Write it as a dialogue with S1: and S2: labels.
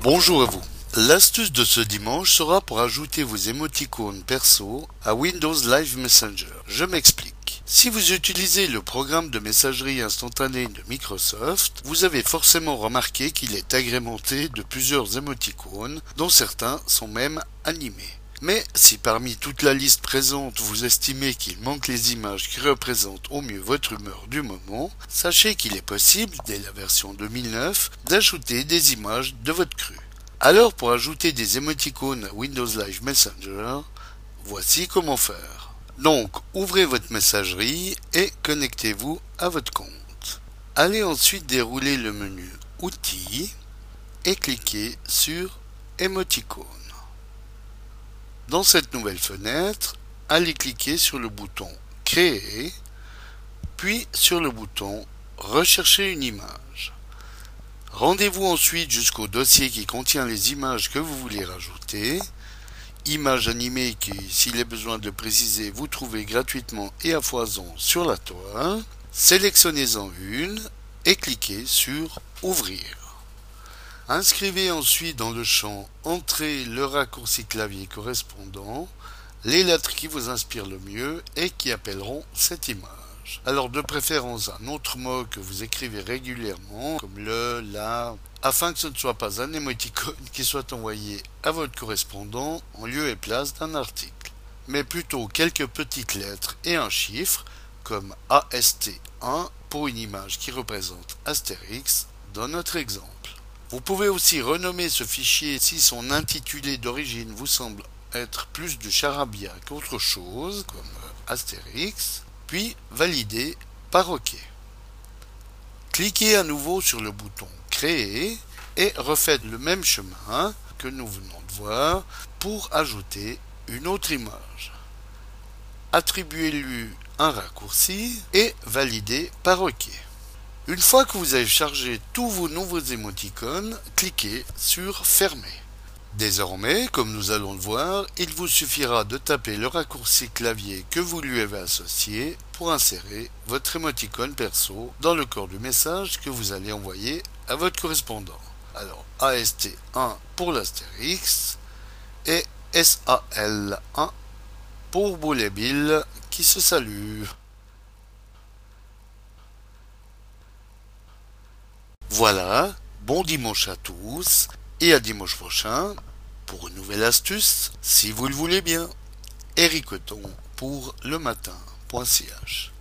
S1: Bonjour à vous. L'astuce de ce dimanche sera pour ajouter vos émoticônes perso à Windows Live Messenger. Je m'explique. Si vous utilisez le programme de messagerie instantanée de Microsoft, vous avez forcément remarqué qu'il est agrémenté de plusieurs émoticônes, dont certains sont même animés. Mais si parmi toute la liste présente vous estimez qu'il manque les images qui représentent au mieux votre humeur du moment, sachez qu'il est possible, dès la version 2009, d'ajouter des images de votre cru. Alors pour ajouter des émoticônes à Windows Live Messenger, voici comment faire. Donc ouvrez votre messagerie et connectez-vous à votre compte. Allez ensuite dérouler le menu Outils et cliquez sur Émoticônes. Dans cette nouvelle fenêtre, allez cliquer sur le bouton Créer, puis sur le bouton Rechercher une image. Rendez-vous ensuite jusqu'au dossier qui contient les images que vous voulez rajouter. Images animées qui, s'il est besoin de préciser, vous trouvez gratuitement et à foison sur la toile. Sélectionnez-en une et cliquez sur Ouvrir. Inscrivez ensuite dans le champ Entrée le raccourci clavier correspondant, les lettres qui vous inspirent le mieux et qui appelleront cette image. Alors de préférence un autre mot que vous écrivez régulièrement, comme le, la, afin que ce ne soit pas un émoticône qui soit envoyé à votre correspondant en lieu et place d'un article, mais plutôt quelques petites lettres et un chiffre, comme AST1 pour une image qui représente Astérix dans notre exemple. Vous pouvez aussi renommer ce fichier si son intitulé d'origine vous semble être plus du charabia qu'autre chose, comme Astérix, puis valider par OK. Cliquez à nouveau sur le bouton Créer et refaites le même chemin que nous venons de voir pour ajouter une autre image. Attribuez-lui un raccourci et validez par OK. Une fois que vous avez chargé tous vos nouveaux émoticônes, cliquez sur Fermer. Désormais, comme nous allons le voir, il vous suffira de taper le raccourci clavier que vous lui avez associé pour insérer votre émoticône perso dans le corps du message que vous allez envoyer à votre correspondant. Alors, AST1 pour l'Astérix et SAL1 pour Boulet Bill qui se salue. Voilà, bon dimanche à tous et à dimanche prochain pour une nouvelle astuce si vous le voulez bien. Eric Coton pour lematin.ch